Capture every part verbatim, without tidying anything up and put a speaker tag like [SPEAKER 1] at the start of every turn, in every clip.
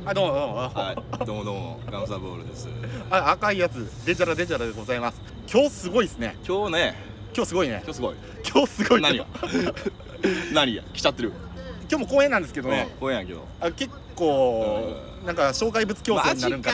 [SPEAKER 1] あ、どうもどうも。
[SPEAKER 2] はい、どうもどうも、ガムサボールです。
[SPEAKER 1] あ、赤いやつ、デジャラデジャラでございます。今日すごいですね。
[SPEAKER 2] 今日ね、
[SPEAKER 1] 今日すごいね。
[SPEAKER 2] 今日すごい。
[SPEAKER 1] 今日すごい。
[SPEAKER 2] 何が何が来ちゃってる。
[SPEAKER 1] 今日も公演なんですけどね。
[SPEAKER 2] 公演やけど。
[SPEAKER 1] あ、結構なんか障害物競争になるんか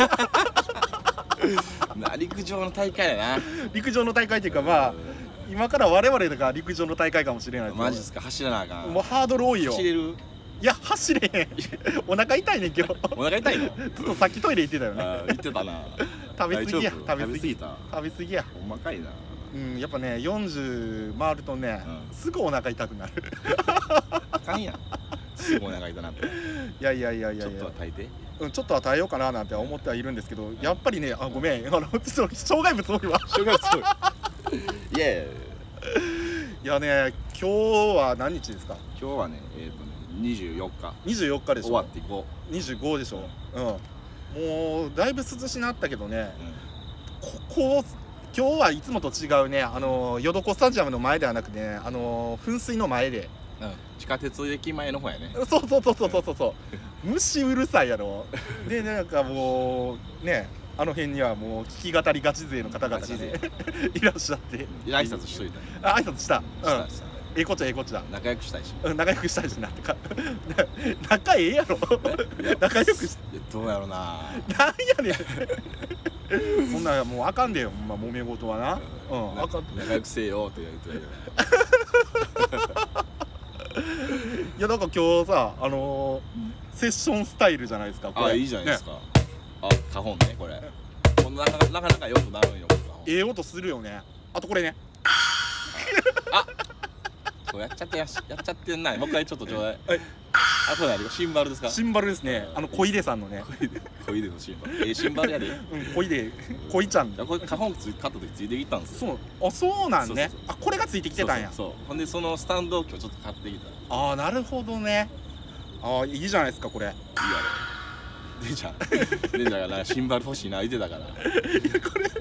[SPEAKER 1] な。
[SPEAKER 2] な陸上の大会やな。
[SPEAKER 1] 陸上の大会っていうか、まあ今から我々が陸上の大会かもしれないです。
[SPEAKER 2] マジですか。走らなあかん。
[SPEAKER 1] もうハードル多いよ。
[SPEAKER 2] 走れる。
[SPEAKER 1] いや走れへん。お腹痛いね今日。
[SPEAKER 2] お腹痛いの。
[SPEAKER 1] ずっとさっきトイレ行ってたよね。
[SPEAKER 2] 言ってたな。
[SPEAKER 1] 食べ過ぎや。食べ過ぎ
[SPEAKER 2] た。
[SPEAKER 1] 食べ過ぎや。
[SPEAKER 2] ほんまかいな。
[SPEAKER 1] うん、やっぱねよんじゅう回るとね、すぐお腹痛くなる。
[SPEAKER 2] あかんやん。すぐお腹痛なって。
[SPEAKER 1] いやいやいやいやいや。
[SPEAKER 2] ちょっとは耐えて。
[SPEAKER 1] うん、ちょっとは耐えようかななんて思ってはいるんですけど、やっぱりね、あ、ごめん、あの、ちょっと障害物多いわ。
[SPEAKER 2] 障害物多い。いやいや。
[SPEAKER 1] いやね、今日は何日ですか。
[SPEAKER 2] 今日はね、えっとね、にじゅうよっか。
[SPEAKER 1] にじゅうよっかでしょ。
[SPEAKER 2] 終わっていこ
[SPEAKER 1] う。にじゅうごでしょ。うん。もうだいぶ涼しなったけどね。ここ今日はいつもと違うね。あのヨドコスタジアムの前ではなくね、あの噴水の前で。
[SPEAKER 2] うん、地下鉄駅前の方やね。
[SPEAKER 1] そうそうそうそうそうそうそう。虫うるさいやろ。でなんかもうね、あの辺にはもう聞き語りガチ勢の方々がねいらっしゃって。
[SPEAKER 2] 挨拶しといた。
[SPEAKER 1] あ、挨拶した。うん。ええこっちゃええこっちゃ。
[SPEAKER 2] 仲良くしたいし。
[SPEAKER 1] 仲良くしたいしなってか。仲ええやろ。仲良くし。
[SPEAKER 2] どうやろな。
[SPEAKER 1] なんやねん。そんなもうあかんでよ。まあ揉め事はな。うん。あかん。
[SPEAKER 2] 仲良くせよって言われてる。
[SPEAKER 1] いやなんか今日さ、あのセッションスタイルじゃないですか。
[SPEAKER 2] あ、いいじゃないですか。あ、花本ねこれ。こんななかなかよくなるんよ。
[SPEAKER 1] ええ音するよね。あとこれね。
[SPEAKER 2] あ、そうやっちゃってやっちゃってんな。もう一回ちょっとちょうだい。あ、これ何？シンバルですか？
[SPEAKER 1] シンバルですね。あの小出さんのね。
[SPEAKER 2] 小出のシンバル。え、シンバルやで。
[SPEAKER 1] うん、小出、小出ちゃん。
[SPEAKER 2] これ花本買った時ついてきたんです
[SPEAKER 1] よ。そう、あ、そうなんね。あ、これがついてきてたんや。
[SPEAKER 2] そう。ほんでそのスタンドを今日ちょっと買ってきた。
[SPEAKER 1] ああ、なるほどね。ああ、いいじゃないですかこれ。いいや
[SPEAKER 2] ろ。でじゃあ、でじゃあシンバル欲しいな言ってたから。これ。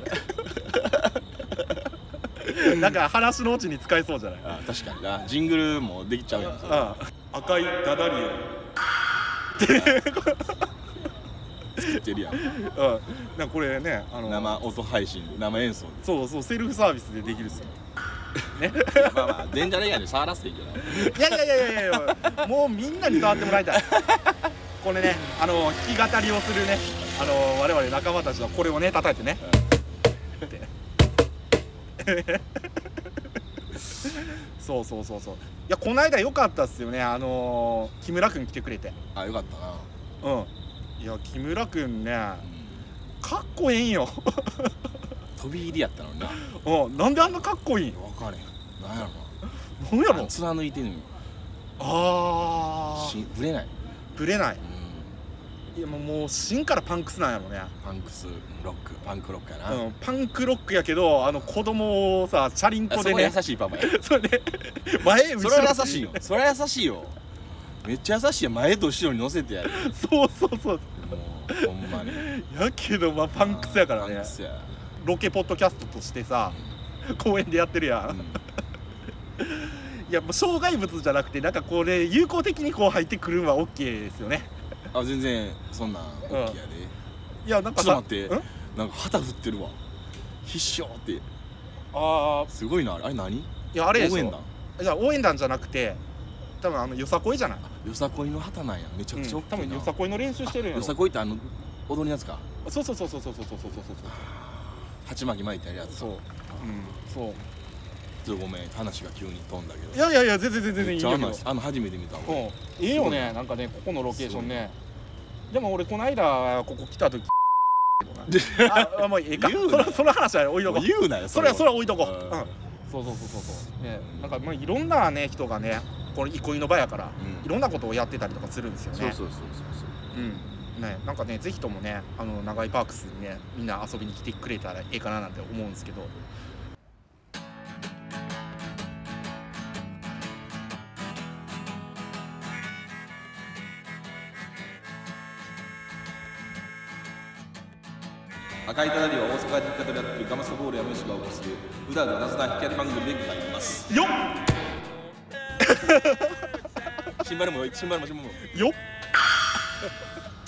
[SPEAKER 1] なんか話のうちに使えそうじゃない。
[SPEAKER 2] あ、確かにな。ジングルもできちゃうやん。
[SPEAKER 1] ああ、赤いダダリオ
[SPEAKER 2] 作ってるやん。うん。
[SPEAKER 1] なんかこれね、あの
[SPEAKER 2] 生音配信、生演奏。
[SPEAKER 1] そうそう、セルフサービスでできるっすよ。
[SPEAKER 2] ね。まあまあ、デンジャレ以外で触らせていいけど。
[SPEAKER 1] いやいやいやいやいや、もうみんなに触ってもらいたい。これね、あの弾き語りをするね、あの我々仲間たちはこれをね叩いてね。そうそうそうそう。いやこの間良かったっすよね。あの木村くん来てくれて。
[SPEAKER 2] あ、よかった
[SPEAKER 1] な。うん。いや木村くんね、かっこええんよ。
[SPEAKER 2] 飛び入りやったのにな。
[SPEAKER 1] うん。なんであんなかっこいいん？
[SPEAKER 2] 分かれへん。なんやろな。
[SPEAKER 1] なんやろ。
[SPEAKER 2] 貫いてんのよ。
[SPEAKER 1] ああ。
[SPEAKER 2] ぶれない。
[SPEAKER 1] ぶれない。いやもうもう芯からパンクスなんやろね。
[SPEAKER 2] パンクスロック、パンクロックやな。
[SPEAKER 1] うん、パンクロックやけど、あの子供をさ、チャリンコでね。
[SPEAKER 2] 優しいパパや。
[SPEAKER 1] それで前後ろ。
[SPEAKER 2] それは優しいよ。それは優しいよ。めっちゃ優しいよ。前と後ろに乗せてやる。
[SPEAKER 1] そうそうそう。も
[SPEAKER 2] うほんまに。
[SPEAKER 1] やけどまあパンクスやからね。ロケポッドキャストとしてさ、公園でやってるやん。いやもう障害物じゃなくてなんかこれ有効的にこう入ってくるのはオッケーですよね。
[SPEAKER 2] あ、全然そんなんオッケーやで。
[SPEAKER 1] いやなんか
[SPEAKER 2] ちょっと待って、なんか旗振ってるわ。必勝って。ああ、すごいな。あれ何？い
[SPEAKER 1] やあれでしょ。応援団。いや応援団じゃなくて、多分あのよさこいじゃない。
[SPEAKER 2] よさこいの旗なんや。めちゃくちゃ大きいな。
[SPEAKER 1] 多分よさこいの練習してるんやろ。
[SPEAKER 2] よさこいってあの踊りのやつか。
[SPEAKER 1] そうそうそうそうそうそうそうそうそう。
[SPEAKER 2] 鉢巻き巻いてやるやつ。
[SPEAKER 1] そう。うん、そう。
[SPEAKER 2] ちょっとごめん、話が急に飛んだけど。
[SPEAKER 1] いやいやいや、全然全然いいよ。
[SPEAKER 2] あの初めて見た。
[SPEAKER 1] うん。いいよね、なんかね、ここのロケーションね。でも俺この間ここ来た時。あ、もういいか。その話は置いとこう。
[SPEAKER 2] 言うなよ。
[SPEAKER 1] それはそれは置いとこう。うん。そうそうそうそうそう。ね、なんかまあいろんなね人がね、この憩いの場やからいろんなことをやってたりとかするんですよね。
[SPEAKER 2] そうそうそうそうそう。
[SPEAKER 1] うん。ね、なんかね、ぜひともね、あの長井パークスにね、みんな遊びに来てくれたらええかななんて思うんですけど。
[SPEAKER 2] 赤いただりは大阪で弾き語りやってるガマスボールやムシがお送りするうだうだなずな弾き語り番組でございます
[SPEAKER 1] よっ
[SPEAKER 2] シンバルもシンバルもシンバルも
[SPEAKER 1] よっ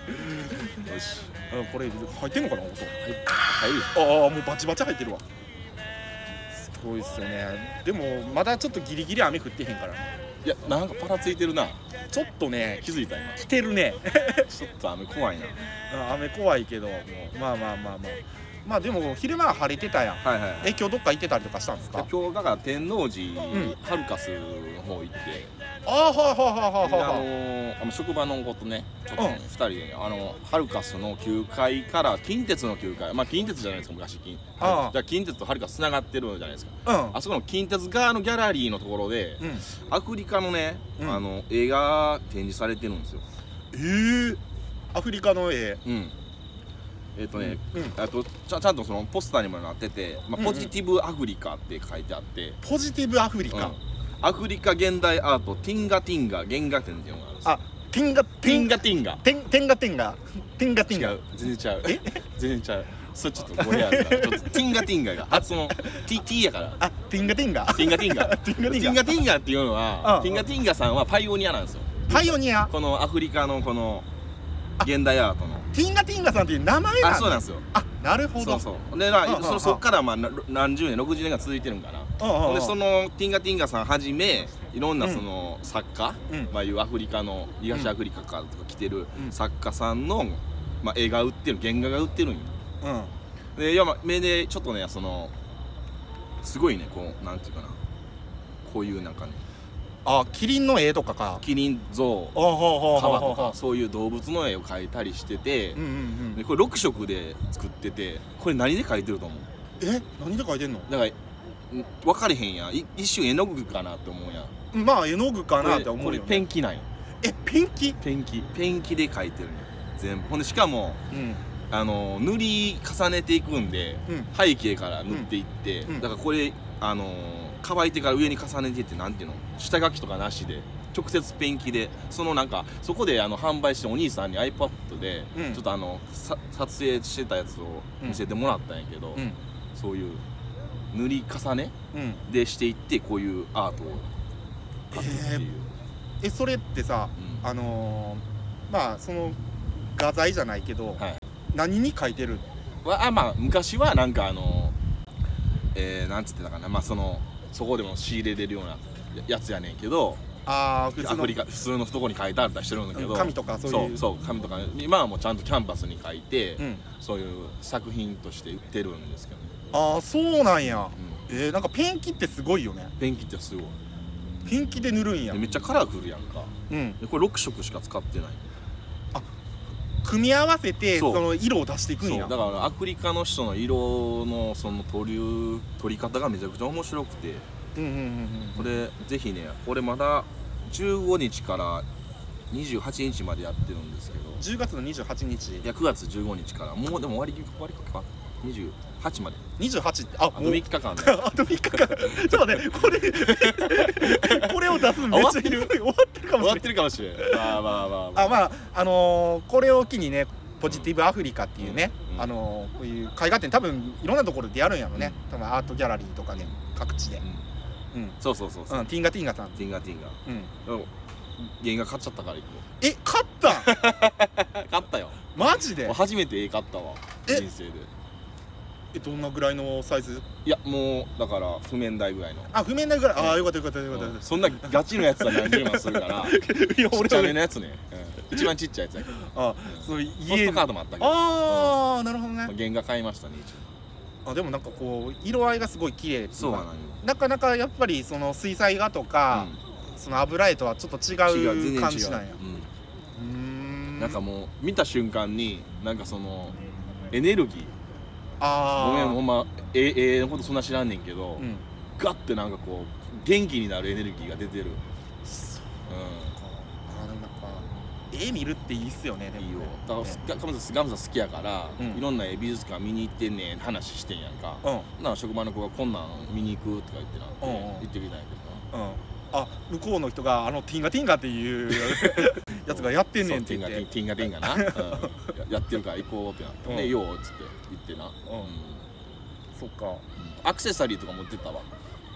[SPEAKER 2] し
[SPEAKER 1] うんこれ入ってんのかな音。
[SPEAKER 2] 入るよ。
[SPEAKER 1] ああもうバチバチ入ってるわ。すごいっすよね。でもまだちょっとギリギリ雨降ってへんからね。
[SPEAKER 2] いやなんかパラついてるな。
[SPEAKER 1] ちょっとね
[SPEAKER 2] 気づいた今。
[SPEAKER 1] 来てるね
[SPEAKER 2] ちょっと雨怖いな。
[SPEAKER 1] うん雨怖いけどもうまあまあまあまあまあでも昼間は晴れてたやん。
[SPEAKER 2] はいはい。
[SPEAKER 1] え今日どっか行ってたりとかしたんですか。
[SPEAKER 2] 今日だから天王寺、
[SPEAKER 1] ん
[SPEAKER 2] ハルカスの方行って、
[SPEAKER 1] ああはいはいはい
[SPEAKER 2] であ
[SPEAKER 1] はいはい
[SPEAKER 2] のーあの職場の子とねちょっとね、
[SPEAKER 1] うん
[SPEAKER 2] ふたりでねあのハルカスのきゅうかいから近鉄のきゅうかい、まあ近鉄じゃないですか昔近
[SPEAKER 1] ああ
[SPEAKER 2] じゃあ近鉄とハルカスつながってるじゃないですか。
[SPEAKER 1] うん
[SPEAKER 2] あそこの近鉄側のギャラリーのところで、
[SPEAKER 1] うん
[SPEAKER 2] アフリカのね、
[SPEAKER 1] うん
[SPEAKER 2] あの絵が展示されてるんですよ。
[SPEAKER 1] えー、アフリカの絵。
[SPEAKER 2] うんえっ、とね、
[SPEAKER 1] うん
[SPEAKER 2] あとちゃちゃんとそのポスターにもなってて、まあ、
[SPEAKER 1] うんうん
[SPEAKER 2] ポジティブアフリカって書いてあって、
[SPEAKER 1] ポジティブアフリカ、
[SPEAKER 2] うんアフリカ現代アートティンガティンガ原画展っていうのがあるんですよ。
[SPEAKER 1] あティンガテ
[SPEAKER 2] ティンガティンガ
[SPEAKER 1] テンテンガテンガテンガテンガ
[SPEAKER 2] 違う全然違う全然違うそれちょっと語弊あるからちょっとティンガティンガが発音 T, T やから
[SPEAKER 1] あティンガテンガ
[SPEAKER 2] ティンガティンガ
[SPEAKER 1] ティンガティンガ
[SPEAKER 2] ティンガティンガっていうのは
[SPEAKER 1] うん
[SPEAKER 2] ティンガティンガさんはパイオニアなんですよ。
[SPEAKER 1] パイオニア
[SPEAKER 2] このアフリカのこの現代アートの
[SPEAKER 1] ティンガティンガさんっていう名前なんだ。
[SPEAKER 2] あそうなんですよ。
[SPEAKER 1] あなるほど。
[SPEAKER 2] そうそうでな
[SPEAKER 1] うんうんうん
[SPEAKER 2] そそっからまあな何十年ろくじゅうねんが続いてるんかな。
[SPEAKER 1] うんうんうん
[SPEAKER 2] でそのティンガティンガさんはじめいろんなその作家、
[SPEAKER 1] うん
[SPEAKER 2] まあいうアフリカの東アフリカからとか来てる
[SPEAKER 1] うん
[SPEAKER 2] 作家さんの、まあ、絵が売ってる原画が売ってるんよ。
[SPEAKER 1] うん
[SPEAKER 2] でいやまあ目でちょっとねそのすごいねこうなんていうかなこういうなんかね
[SPEAKER 1] あキリンの絵とかか。
[SPEAKER 2] キリン像
[SPEAKER 1] あほうほう
[SPEAKER 2] カバと
[SPEAKER 1] ほうほうほ
[SPEAKER 2] かそういう動物の絵を描いたりしてて、
[SPEAKER 1] う。うんうんうん。
[SPEAKER 2] でこれろくしょくで作っててこれ何で描いてると思う？
[SPEAKER 1] え何で描いてんの？
[SPEAKER 2] だからん分かれへんやんい一瞬絵の具かなって思うやん。
[SPEAKER 1] まあ絵の具かなって思うよね。
[SPEAKER 2] これペンキなんよ。
[SPEAKER 1] えペンキ？
[SPEAKER 2] ペンキペンキで描いてるんよ全部。ほんでしかも
[SPEAKER 1] うん
[SPEAKER 2] あの塗り重ねていくんで、
[SPEAKER 1] うん
[SPEAKER 2] 背景から塗っていって、
[SPEAKER 1] うんうん
[SPEAKER 2] だからこれあの乾いてから上に重ねていってなんていうの下書きとかなしで直接ペンキでそのなんかそこであの販売してお兄さんに iPad で、
[SPEAKER 1] うん
[SPEAKER 2] ちょっとあのさ撮影してたやつを見せてもらったんやけど、
[SPEAKER 1] うん
[SPEAKER 2] そういう塗り重ね
[SPEAKER 1] うん。
[SPEAKER 2] でしていってこういうアートを描くっていう、
[SPEAKER 1] えそれってさ
[SPEAKER 2] うん
[SPEAKER 1] あのー、まあその画材じゃないけど、
[SPEAKER 2] はい
[SPEAKER 1] 何に描いてる？
[SPEAKER 2] わあまあ昔はなんかあのえー、なんつってたかなまあそのそこでも仕入れれるようなやつやねんけど
[SPEAKER 1] ああ普通の
[SPEAKER 2] アフリカ普通のとこに書いてあったりしてるんだけど
[SPEAKER 1] 紙とかそういう。
[SPEAKER 2] そうそう紙とか今はもうちゃんとキャンパスに書いて、
[SPEAKER 1] うん。
[SPEAKER 2] そういう作品として売ってるんですけどね、
[SPEAKER 1] ああそうなんや。
[SPEAKER 2] うん、
[SPEAKER 1] えー、なんかペンキってすごいよね。
[SPEAKER 2] ペンキってすごい
[SPEAKER 1] ペンキで塗るんや
[SPEAKER 2] で。めっちゃカラフルやんか。
[SPEAKER 1] うん。
[SPEAKER 2] でこれろくしょくしか使ってない。
[SPEAKER 1] 組み合わせて
[SPEAKER 2] そ
[SPEAKER 1] そうの色を出していくんや。
[SPEAKER 2] そうだからアフリカの人の色のその取り取り方がめちゃくちゃ面白くて
[SPEAKER 1] うんうんうんうん。
[SPEAKER 2] これぜひねこれまだじゅうごにちからにじゅうはちにちまでやってるんですけど
[SPEAKER 1] じゅうがつのにじゅうはちにち。
[SPEAKER 2] いやくがつじゅうごにちからもうでも終わり終わりかにじゅうはちまで
[SPEAKER 1] にじゅうはちってあ
[SPEAKER 2] あとみっかかんね
[SPEAKER 1] あとみっかかん。ちょっと待ってこれこれを出すのめっちゃ終わってるかもしれない。
[SPEAKER 2] 終わってるかもしれんまあまあまあまあ
[SPEAKER 1] あまああのー、これを機にねポジティブアフリカっていうね、
[SPEAKER 2] うん
[SPEAKER 1] あのー、こういう絵画展多分いろんなところでやるんやろね、多分アートギャラリーとかね各地で、
[SPEAKER 2] うん
[SPEAKER 1] うん
[SPEAKER 2] そうそうそうそう、
[SPEAKER 1] うん、ティンガティンガさん、
[SPEAKER 2] ティンガティンガ
[SPEAKER 1] うん、
[SPEAKER 2] でも原画買っちゃったから行こ
[SPEAKER 1] え勝ったん
[SPEAKER 2] う買ったよ
[SPEAKER 1] マジで
[SPEAKER 2] 初めて絵買ったわ
[SPEAKER 1] え
[SPEAKER 2] 人生で
[SPEAKER 1] えどんなぐらいのサイズ？
[SPEAKER 2] いやもうだから譜面台ぐらいの
[SPEAKER 1] あ譜面台ぐらい、
[SPEAKER 2] うん
[SPEAKER 1] ああよかったよかったよかったよかっ
[SPEAKER 2] うんそんなガチのやつは何十万するから
[SPEAKER 1] たいや
[SPEAKER 2] ちっ
[SPEAKER 1] 俺
[SPEAKER 2] ちゃめ
[SPEAKER 1] 俺
[SPEAKER 2] のやつね、うん、一番ちっちゃいやつやけど
[SPEAKER 1] あそう
[SPEAKER 2] ポス
[SPEAKER 1] 家
[SPEAKER 2] トカードもあったけど
[SPEAKER 1] ああなるほどね
[SPEAKER 2] まあ原画買いましたね一応
[SPEAKER 1] あでもなんかこう色合いがすごい綺麗っていうか
[SPEAKER 2] そうなのよ
[SPEAKER 1] なかなかやっぱりその水彩画とか、その油絵とはちょっと違
[SPEAKER 2] うん、違う全然違う
[SPEAKER 1] う感じなんや
[SPEAKER 2] うん
[SPEAKER 1] うーん
[SPEAKER 2] なんかもう見た瞬間になんかそのエネルギー
[SPEAKER 1] あ
[SPEAKER 2] ごめんほ
[SPEAKER 1] ん
[SPEAKER 2] んまえええのことそんな知らんねんけど、
[SPEAKER 1] うん
[SPEAKER 2] ガッてなんかこう元気になるエネルギーが出てる、
[SPEAKER 1] そう
[SPEAKER 2] う
[SPEAKER 1] かあでもなんか絵見るっていいっすよねで
[SPEAKER 2] ん、いいよ
[SPEAKER 1] もね
[SPEAKER 2] だからガムさんガムさん好きやから、
[SPEAKER 1] うん
[SPEAKER 2] いろんな絵美術館見に行ってんねん話してんやんか、
[SPEAKER 1] うん
[SPEAKER 2] な職場の子がこんなん見に行くとか言ってなって、
[SPEAKER 1] うんうん
[SPEAKER 2] 行ってみたんやけどな
[SPEAKER 1] うんあ向こうの人があのティンガティンガっていうやつがやってんねんって
[SPEAKER 2] そう
[SPEAKER 1] 言って
[SPEAKER 2] ティンガティンガティンガな、うん、ややってるから行こうってなって、
[SPEAKER 1] うん
[SPEAKER 2] でようっつって行ってな、うん
[SPEAKER 1] そっか
[SPEAKER 2] アクセサリーとか持ってったわ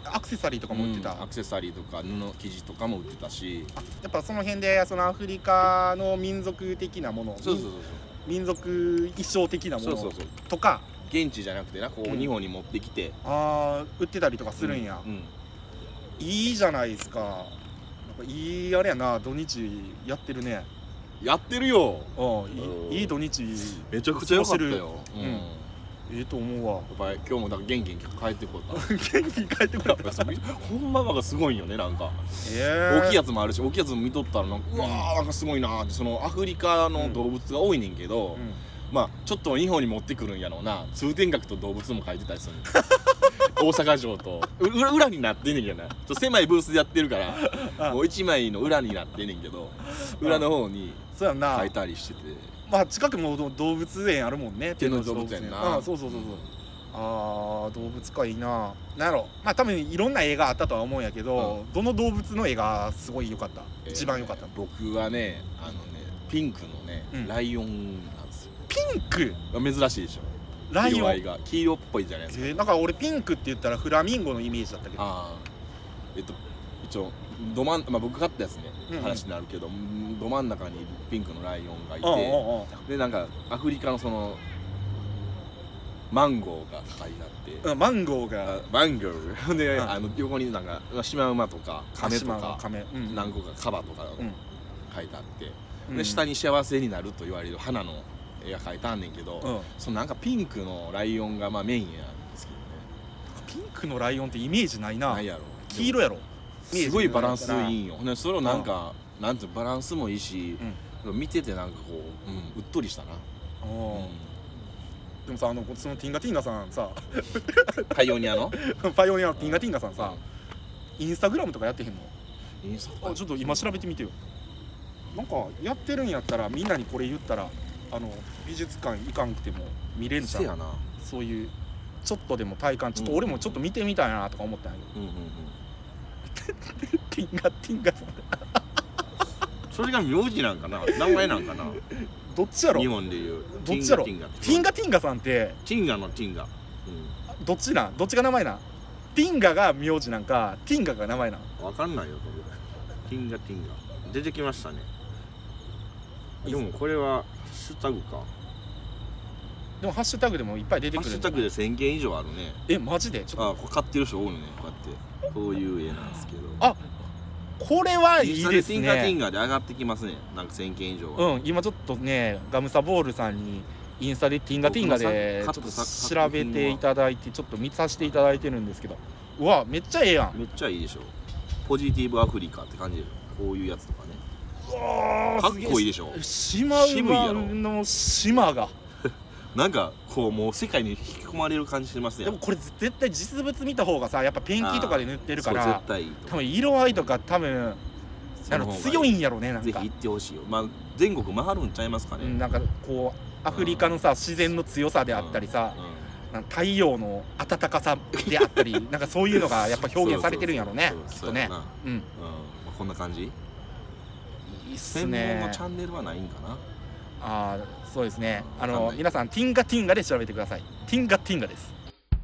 [SPEAKER 1] アクセサリーとかも売ってた、
[SPEAKER 2] うん、アクセサリーとか布生地とかも売ってたし、
[SPEAKER 1] あやっぱその辺でそのアフリカの民族的なもの、
[SPEAKER 2] そうそうそう
[SPEAKER 1] 民族衣装的なもの
[SPEAKER 2] そうそうそう
[SPEAKER 1] とか
[SPEAKER 2] 現地じゃなくてなこう、
[SPEAKER 1] うん
[SPEAKER 2] 日本に持ってきて
[SPEAKER 1] あー売ってたりとかするんや、
[SPEAKER 2] うんうん
[SPEAKER 1] いいじゃないですか。なんかいいあれやな、土日やってるね。
[SPEAKER 2] やってるよ。
[SPEAKER 1] うんいいいい土日
[SPEAKER 2] めちゃくちゃ良かったよ。
[SPEAKER 1] 過ごせるうんええと思うわ。
[SPEAKER 2] やっぱり今日もだから元気に帰ってこうた
[SPEAKER 1] 元気に帰ってこれた
[SPEAKER 2] ほんまがすごいよね。なんか
[SPEAKER 1] えー、
[SPEAKER 2] 大きいやつもあるし、大きいやつも見とったらなんかうわーなんかすごいなーって。そのアフリカの動物が多いねんけど、
[SPEAKER 1] うん
[SPEAKER 2] まあちょっと日本に持ってくるんやろうな。通天閣と動物も書いてたりする大阪城とう裏裏になってんねんけどな。ちょっと狭いブースでやってるからもう一枚の裏になってんねんけど、裏の方に
[SPEAKER 1] そうやんな
[SPEAKER 2] 書いたりしてて、
[SPEAKER 1] まあ近くも動物園あるもんね。
[SPEAKER 2] 天王寺動物園な。
[SPEAKER 1] あそうそうそうそう、あー動物かいいな。なんやろ、まあ多分いろんな映画あったとは思うんやけど、うん、どの動物の絵がすごい良かった、えー、一番良かった。
[SPEAKER 2] 僕はねあのねピンクのね、うん、ライオンなんですよ。
[SPEAKER 1] ピンク
[SPEAKER 2] 珍しいでしょ。
[SPEAKER 1] ライオン
[SPEAKER 2] 色合いが黄色っぽいじゃないですか。
[SPEAKER 1] えー、なんか俺ピンクって言ったらフラミンゴのイメージだったけど、
[SPEAKER 2] あえっと一応ど真ん、まあ、僕買ったやつね、うんうん、話になるけどど真ん中にピンクのライオンがいて、
[SPEAKER 1] ああああ
[SPEAKER 2] でなんかアフリカのそのマンゴーが書いてあって、
[SPEAKER 1] うん、マンゴーが
[SPEAKER 2] マンゴーで、あの横になんかシマウマとかカメとか
[SPEAKER 1] カメ、うん、
[SPEAKER 2] 何個かカバとか書いてあって、
[SPEAKER 1] うん、
[SPEAKER 2] で下に幸せになると言われる花の絵が描いてあんねんけど、うん、そのなんかピンクのライオンがまあメインなんですけどね。
[SPEAKER 1] ピンクのライオンってイメージないな。
[SPEAKER 2] ないやろ。
[SPEAKER 1] 黄色やろ。
[SPEAKER 2] すごいバランスいいんよ。それをなんか、うん、なんていうバランスもいいし、うん、見ててなんかこう、うん、うっとりしたな。うん、
[SPEAKER 1] でもさ、あのそのティンガティンガさんさ
[SPEAKER 2] パイオニアの
[SPEAKER 1] パイオニアのティンガティンガさんさ、うん、インスタグラムとかやってへんの？
[SPEAKER 2] インスタ
[SPEAKER 1] あちょっと今調べてみてよ。なんかやってるんやったらみんなにこれ言ったらあの美術館行かんくても見れんじゃん。
[SPEAKER 2] せやな。
[SPEAKER 1] そういうちょっとでも体感ちょっと俺もちょっと見てみたいなとか思ったんやけど、うんうんうん、ティンガティンガさん
[SPEAKER 2] それが名字なんかな名前なんかな
[SPEAKER 1] どっちやろ。
[SPEAKER 2] 日本でいう
[SPEAKER 1] どっちやろ。ティンガティンガさんって
[SPEAKER 2] ティンガのティンガ、
[SPEAKER 1] うん、どっちなんどっちが名前なん。ティンガが名字なんかティンガが名前なん
[SPEAKER 2] 分かんないよ。ティンガティンガ出てきましたね。でもこれはハッシュタグか。
[SPEAKER 1] でもハッシュタグでもいっぱい出てくるんだ。
[SPEAKER 2] ハッシュタグでせんけん以上あるね。
[SPEAKER 1] えマジで。
[SPEAKER 2] ちょっとあこれ買ってる人多いのね。こうやってこういう絵なんですけど、
[SPEAKER 1] あこれはいいですね。
[SPEAKER 2] ティンガティンガで上がってきますね。なんかせんけん以上は。
[SPEAKER 1] うん今ちょっとねガムサボールさんにインスタでティンガティンガでちょっと調べていただいてちょっと見させていただいてるんですけど、うわめっちゃええやん。
[SPEAKER 2] めっちゃいいでしょ。ポジティブアフリカって感じでしょ。こういうやつとかね。
[SPEAKER 1] うわ
[SPEAKER 2] かっこいいでしょ。
[SPEAKER 1] シマウマの島が
[SPEAKER 2] なんかこうもう世界に引き込まれる感じしてますね。
[SPEAKER 1] でもこれ絶対実物見た方がさやっぱペンキとかで塗ってるから
[SPEAKER 2] 絶対いいと
[SPEAKER 1] 多分色合いとか多分あの強いんやろね。なんか
[SPEAKER 2] ぜひ行ってほしいよ。まあ全国回るんちゃいますかね。
[SPEAKER 1] うん、なんかこうアフリカのさ自然の強さであったりさ、うんうん、太陽の暖かさであったりなんかそういうのがやっぱ表現されてるんやろね。きっとね。うん、うん、
[SPEAKER 2] こんな感じ。い
[SPEAKER 1] いっすね。
[SPEAKER 2] 専門のチャンネルはないんかな。
[SPEAKER 1] ああそうですね。あの皆さんティンガティンガで調べてください。ティンガティンガです。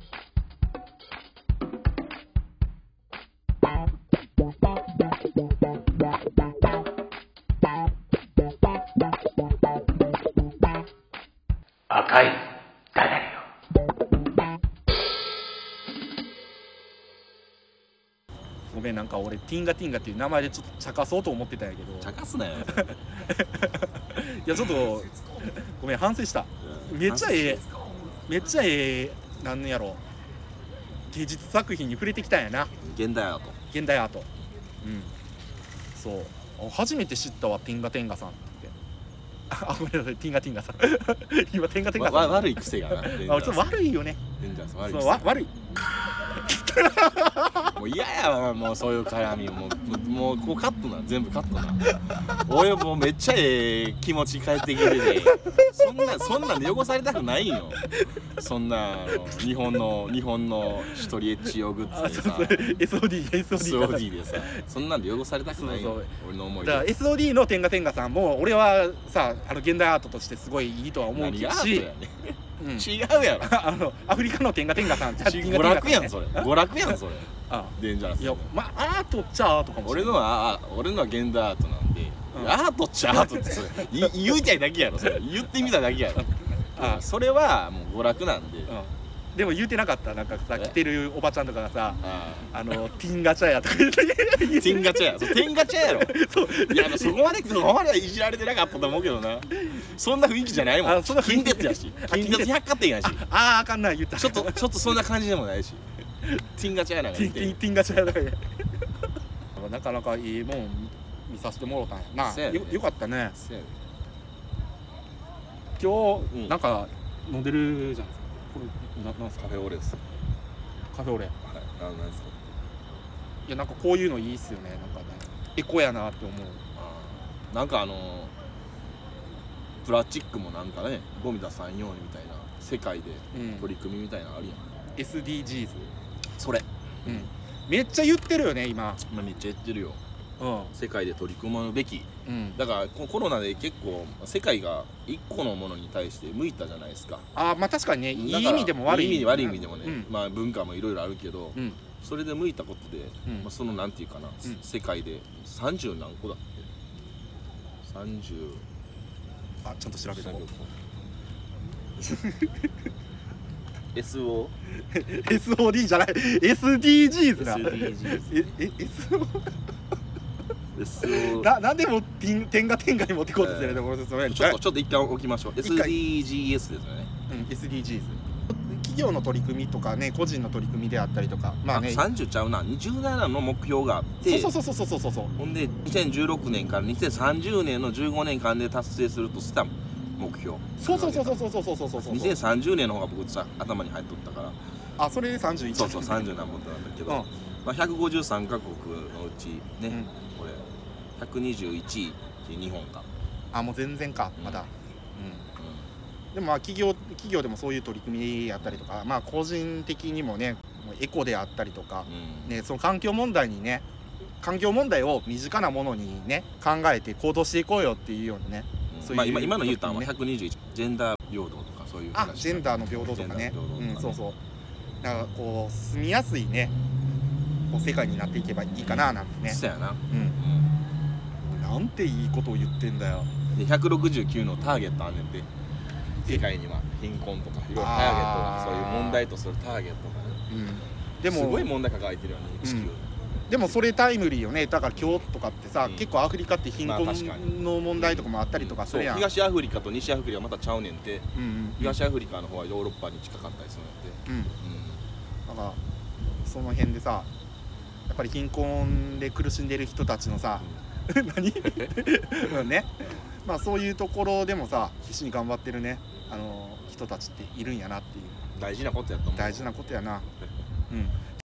[SPEAKER 3] 赤いダダリオ。
[SPEAKER 1] ごめんなんか俺ティンガティンガっていう名前でちょっと茶化そうと思ってたんやけど。
[SPEAKER 2] 茶化すなよ。
[SPEAKER 1] いやちょっとごめん反省した。めっちゃええめっちゃええなんやろ芸術作品に触れてきたんやな。
[SPEAKER 2] 現代アート。
[SPEAKER 1] 現代アート。うんそう初めて知ったわティンガテンガさんって。あごめんなさいティンガティンガさん今テンガテンガさん
[SPEAKER 2] 悪い癖がな。
[SPEAKER 1] あちょっと悪いよね。
[SPEAKER 2] 悪い
[SPEAKER 1] そうわ悪い
[SPEAKER 2] もう嫌やわもうそういう絡みもうもうこうカットな全部カットな。俺もうめっちゃええ気持ち返ってきててそんなそんなんで汚されたくないよ。そんなあの日本の日本の一人エッチ用グッズでさ
[SPEAKER 1] エスオーディー エスオーディー
[SPEAKER 2] でさそんなんで汚されたくないよ。
[SPEAKER 1] そうそう
[SPEAKER 2] 俺の思い
[SPEAKER 1] だから エスオーディー のテンガテンガさんも俺はさあの現代アートとしてすごいいいとは思うし、
[SPEAKER 2] うん、違うやろ
[SPEAKER 1] あのアフリカのテンガテンガさん
[SPEAKER 2] 娯楽やんそれ娯楽やんそれ
[SPEAKER 1] あ
[SPEAKER 2] デンジャラス
[SPEAKER 1] いやまあアートっちゃアートかもしれない。
[SPEAKER 2] 俺のはあ俺のは現代アートなんで、
[SPEAKER 1] うん
[SPEAKER 2] アートっちゃアートってそれい言いたいだけやろそれ言ってみただけやろ
[SPEAKER 1] あ
[SPEAKER 2] それはもう娯楽なんで、
[SPEAKER 1] うんでも言うてなかった。なんかさ
[SPEAKER 2] え
[SPEAKER 1] 着てるおばちゃんとかがさ
[SPEAKER 2] あ
[SPEAKER 1] あのティンガチャやとか言って
[SPEAKER 2] ティンガチャやそうティンガチャやろ
[SPEAKER 1] そう
[SPEAKER 2] いやそこまでそこまではいじられてなかったと思うけどなそんな雰囲気じゃないもん
[SPEAKER 1] あそんな雰囲気
[SPEAKER 2] 近鉄やし
[SPEAKER 1] あ
[SPEAKER 2] 近鉄百貨店やし
[SPEAKER 1] あああかんない言った
[SPEAKER 2] ちょっとちょっとそんな感じでもないしティンガチャやなんか見て
[SPEAKER 1] ティンティンティンガチャやだけなかなかいいもん見させてもろたんやな。
[SPEAKER 2] そうやね
[SPEAKER 1] よよかったね。
[SPEAKER 2] そうやね
[SPEAKER 1] 今日、
[SPEAKER 2] うん
[SPEAKER 1] なんか飲んでるじゃないですか。これななんすか
[SPEAKER 2] カフェオレです
[SPEAKER 1] カフェオレ。い
[SPEAKER 2] はいあなんですか
[SPEAKER 1] やなんかこういうのいいっすよね。なんかねエコやなって思う。
[SPEAKER 2] あーなんかあのープラスチックもなんかねゴミ出さんようにみたいな世界で
[SPEAKER 1] うん
[SPEAKER 2] 取り組みみたいなのあるやん、
[SPEAKER 1] エスディージーズ。
[SPEAKER 2] それ
[SPEAKER 1] うんめっちゃ言ってるよね今。
[SPEAKER 2] 今めっちゃ言ってるよ
[SPEAKER 1] うん
[SPEAKER 2] 世界で取り組むべき
[SPEAKER 1] うん
[SPEAKER 2] だからこコロナで結構世界が一個のものに対して向いたじゃないですか
[SPEAKER 1] あーまあ確かにねいい
[SPEAKER 2] だから
[SPEAKER 1] 意味でも悪い
[SPEAKER 2] いい意味で悪い意味でもね、
[SPEAKER 1] うん
[SPEAKER 2] まあ文化もいろいろあるけど、
[SPEAKER 1] うん
[SPEAKER 2] それで向いたことで、
[SPEAKER 1] うん
[SPEAKER 2] まあ、そのなんていうかな、
[SPEAKER 1] ん
[SPEAKER 2] 世界でさんじゅう何個だっけさんじゅう
[SPEAKER 1] あちゃんと調べた
[SPEAKER 2] エスオー
[SPEAKER 1] エスオーディー じゃない エスディージーズだ
[SPEAKER 2] エスディージーズ
[SPEAKER 1] ええ エスオー
[SPEAKER 2] エスオー
[SPEAKER 1] ななんでも点点が点がに持ってこうとしてるところですよね。
[SPEAKER 2] ちょっとちょっと一旦置きましょう エスデ
[SPEAKER 1] 一回
[SPEAKER 2] ィージーエス ですよね
[SPEAKER 1] うん、エスディージーズ 企業の取り組みとかね個人の取り組みであったりとかまあね
[SPEAKER 2] さんじゅうちゃうなにじゅうななの目標があって
[SPEAKER 1] そうそうそうそうそうそうそう
[SPEAKER 2] ほんでにせんじゅうろくねんからにせんさんじゅうねんのじゅうごねんかんで達成するとした目標
[SPEAKER 1] そうそうそうそうそうそうそうそうそうそう
[SPEAKER 2] にせんさんじゅうねんの方が僕さ頭に入っとったから
[SPEAKER 1] あそれでさんじゅういち
[SPEAKER 2] そうそうさんじゅう何本なんだけど、
[SPEAKER 1] うん
[SPEAKER 2] まあ、ひゃくごじゅうさんカ国のうちね、
[SPEAKER 1] うん
[SPEAKER 2] これひゃくにじゅういちいって日本か、
[SPEAKER 1] あもう全然かまだ、
[SPEAKER 2] う
[SPEAKER 1] うん、でもまあ企業企業でもそういう取り組みやったりとかまあ個人的にもねもうエコであったりとか、
[SPEAKER 2] うん
[SPEAKER 1] ね、その環境問題にね環境問題を身近なものにね考えて行動していこうよっていうようなね
[SPEAKER 2] うん
[SPEAKER 1] そういう
[SPEAKER 2] まあ、今今の言うたんは
[SPEAKER 1] ね
[SPEAKER 2] ひゃくにじゅういちジェンダー平等とかそういう
[SPEAKER 1] あ
[SPEAKER 2] 話
[SPEAKER 1] ジェンダーの平等とかね
[SPEAKER 2] ジェンダーの平等とかね
[SPEAKER 1] うんそうそうだからこう住みやすいねこう世界になっていけばいいかななんてね
[SPEAKER 2] そうやな、
[SPEAKER 1] うん
[SPEAKER 2] う
[SPEAKER 1] なんていいことを言ってんだよ
[SPEAKER 2] ん、でひゃくろくじゅうきゅうのターゲットあんねんて世界には貧困とかいろいろターゲットが
[SPEAKER 1] あー
[SPEAKER 2] そういう問題とするターゲットがね
[SPEAKER 1] うんでも
[SPEAKER 2] すごい問題抱えてるよね地球、
[SPEAKER 1] うんでもそれタイムリーよねだから今日とかってさ、
[SPEAKER 2] うん
[SPEAKER 1] 結構アフリカって貧困
[SPEAKER 2] まあ確かに
[SPEAKER 1] の問題とかもあったりとかす
[SPEAKER 2] そう
[SPEAKER 1] るやん、
[SPEAKER 2] 東アフリカと西アフリカはまたちゃうねんて
[SPEAKER 1] うんうん
[SPEAKER 2] 東アフリカの方はヨーロッパに近かったりするんやって、
[SPEAKER 1] うん、だからその辺でさやっぱり貧困で苦しんでる人たちのさ何うんねまあそういうところでもさ必死に頑張ってるねあの人たちっているんやなっていう
[SPEAKER 2] うん、大事なことやと思う
[SPEAKER 1] 大事なことやなうん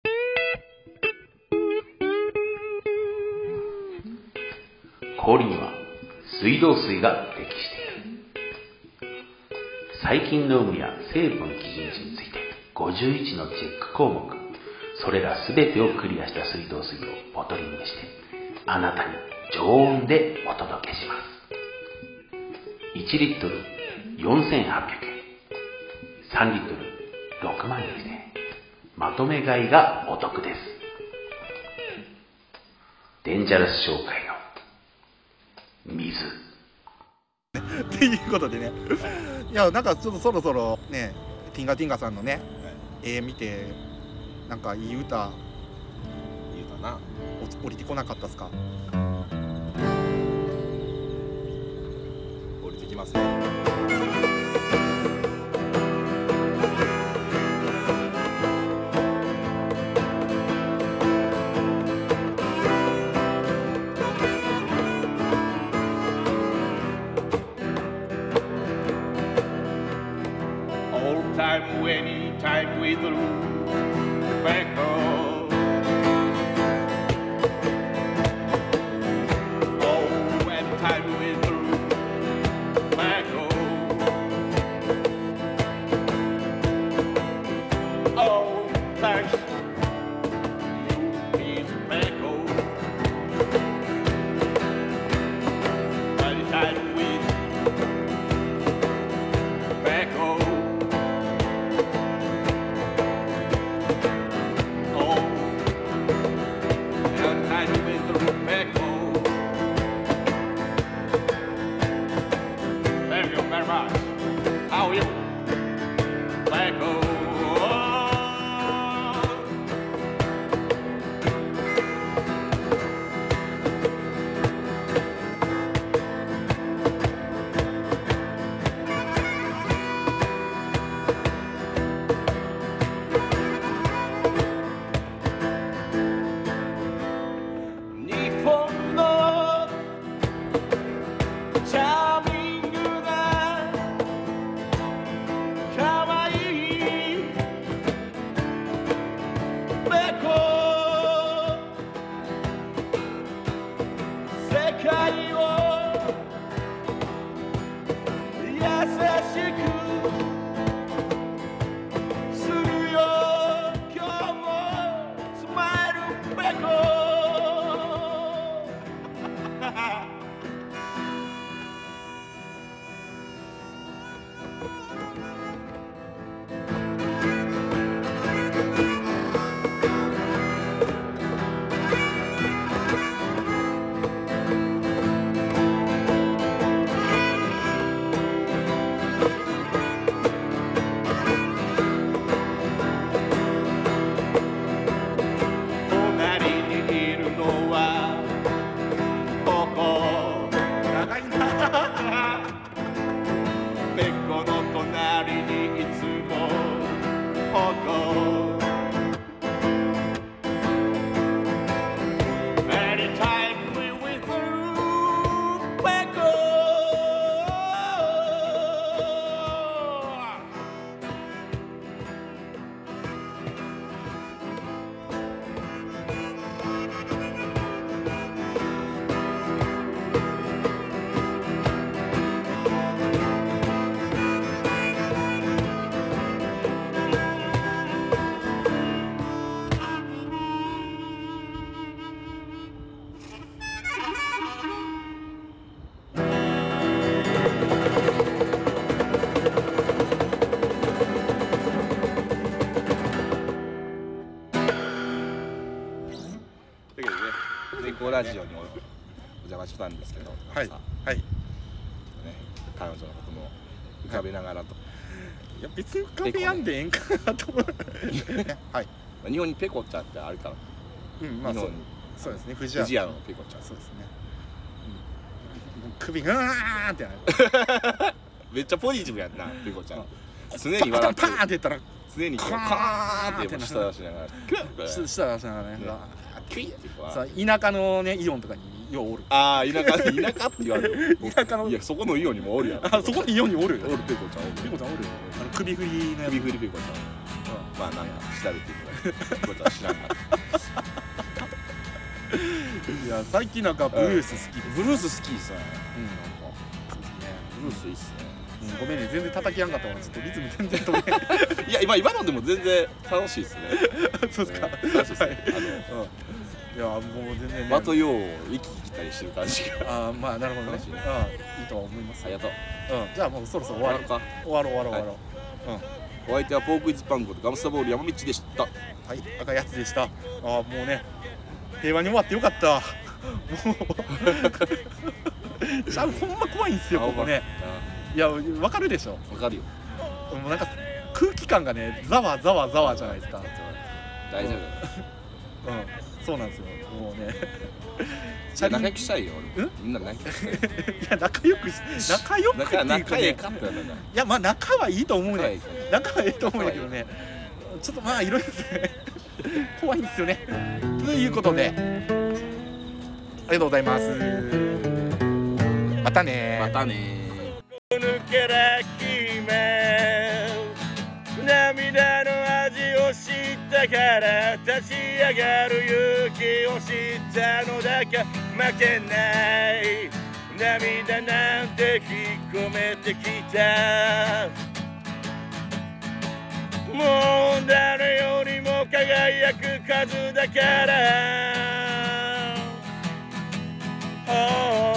[SPEAKER 3] 氷には水道水が適している。細菌の有無や成分基準値についてごじゅういちのチェック項目、それらすべてをクリアした水道水をボトリングしてあなたに常温でお届けします。いちリットルよんせんはっぴゃくえん、さんリットルろくまんえんでまとめ買いがお得です。デンジャラス商会の水
[SPEAKER 1] っていうことでねいやなんかちょっとそろそろねティンガティンガさんのね絵見てなんかいい歌
[SPEAKER 2] 言うたな
[SPEAKER 1] お降りてこなかったっすか
[SPEAKER 2] 降りてきますよ
[SPEAKER 4] Time, any time with the tobacco. Oh, any time with the tobacco. Oh, thanks. You need tobacco. Any time with tobacco.
[SPEAKER 2] コラジオにお邪魔したんですけど、
[SPEAKER 1] はい
[SPEAKER 2] さ
[SPEAKER 1] はい。
[SPEAKER 2] ね、彼女のことも浮かべながらと、
[SPEAKER 1] いや別に浮かべやんでええんかなと思う。はい。
[SPEAKER 2] 日本にペコちゃんってあるから、
[SPEAKER 1] うん、まあそう
[SPEAKER 2] 日本に
[SPEAKER 1] そうですね。藤屋
[SPEAKER 2] 藤屋のペコちゃん、
[SPEAKER 1] そうですね。うん、もう首がうわーってなる。
[SPEAKER 2] めっちゃポジティブやんなペコちゃん。常に
[SPEAKER 1] パ
[SPEAKER 2] 笑って
[SPEAKER 1] パーンって言ったら
[SPEAKER 2] 常にこうカ
[SPEAKER 1] カーン
[SPEAKER 2] ーンってもう舌出しながらクッ
[SPEAKER 1] ししたらしながらね。
[SPEAKER 2] ね
[SPEAKER 1] わー
[SPEAKER 2] キュイってこう
[SPEAKER 1] さ田舎のねイオンとかにようおる。
[SPEAKER 2] ああ田舎田舎って言われる
[SPEAKER 1] 田舎の
[SPEAKER 2] いやそこのイオンにもおるやん。
[SPEAKER 1] あそこにイオンにおる。
[SPEAKER 2] おるペコちゃんおる
[SPEAKER 1] ペコちゃんおる。あの首振りのやつ。
[SPEAKER 2] 首振りペコちゃん、まあなんか調べていただいてペコちゃん知らんかった
[SPEAKER 1] いや最近なんかブルース好きです。
[SPEAKER 2] ブルース好きですね。
[SPEAKER 1] うん
[SPEAKER 2] なんか
[SPEAKER 1] そうですね。
[SPEAKER 2] ブルースいいっすね。
[SPEAKER 1] うんごめんね全然叩きやんかったわ。ちょっとリズム全然取れない。
[SPEAKER 2] いや今今のでも全然楽しいですね。
[SPEAKER 1] そうですか。
[SPEAKER 2] 楽しいですね。
[SPEAKER 1] うんいやもう全然ね。
[SPEAKER 2] あのまとよう生き生きたりしてる感じが。
[SPEAKER 1] あーまあなるほどね。
[SPEAKER 2] 楽しいね
[SPEAKER 1] うんいいとは思います。
[SPEAKER 2] ありがとう。
[SPEAKER 1] うんじゃあもうそろそろ終わる。
[SPEAKER 2] か。
[SPEAKER 1] 終わろう終わろう終わろう。
[SPEAKER 2] お相手はポークイズパン粉とガムスタボール山道でした。
[SPEAKER 1] はい赤いやつでした。あーもうね平和に終わってよかった。もう。じゃあほんま怖いんですよここね。いやわかるでしょ。
[SPEAKER 2] わかるよ。
[SPEAKER 1] もうなんか空気感がねざわざわざわじゃないですか。
[SPEAKER 2] 大丈夫。
[SPEAKER 1] うんそうなんですよ。もうね。
[SPEAKER 2] じゃあ仲良くしたいよ。俺
[SPEAKER 1] ん
[SPEAKER 2] みんな仲良くしたい。
[SPEAKER 1] いや仲良くし仲良くっていうか
[SPEAKER 2] 仲仲ええ
[SPEAKER 1] ね。
[SPEAKER 2] かってなんだ。
[SPEAKER 1] いやまあ仲はいいと思うね。
[SPEAKER 2] 仲
[SPEAKER 1] 仲はいいと思うんだけどね。ちょっとまあいろいろね怖いんですよね。ということでありがとうございます。またね。
[SPEAKER 2] またね。
[SPEAKER 4] 抜けら決め涙の味を知ったから立ち上がる勇気を知ったのだか負けない涙なんて引っ込めてきたもう誰よりも輝く数だから、oh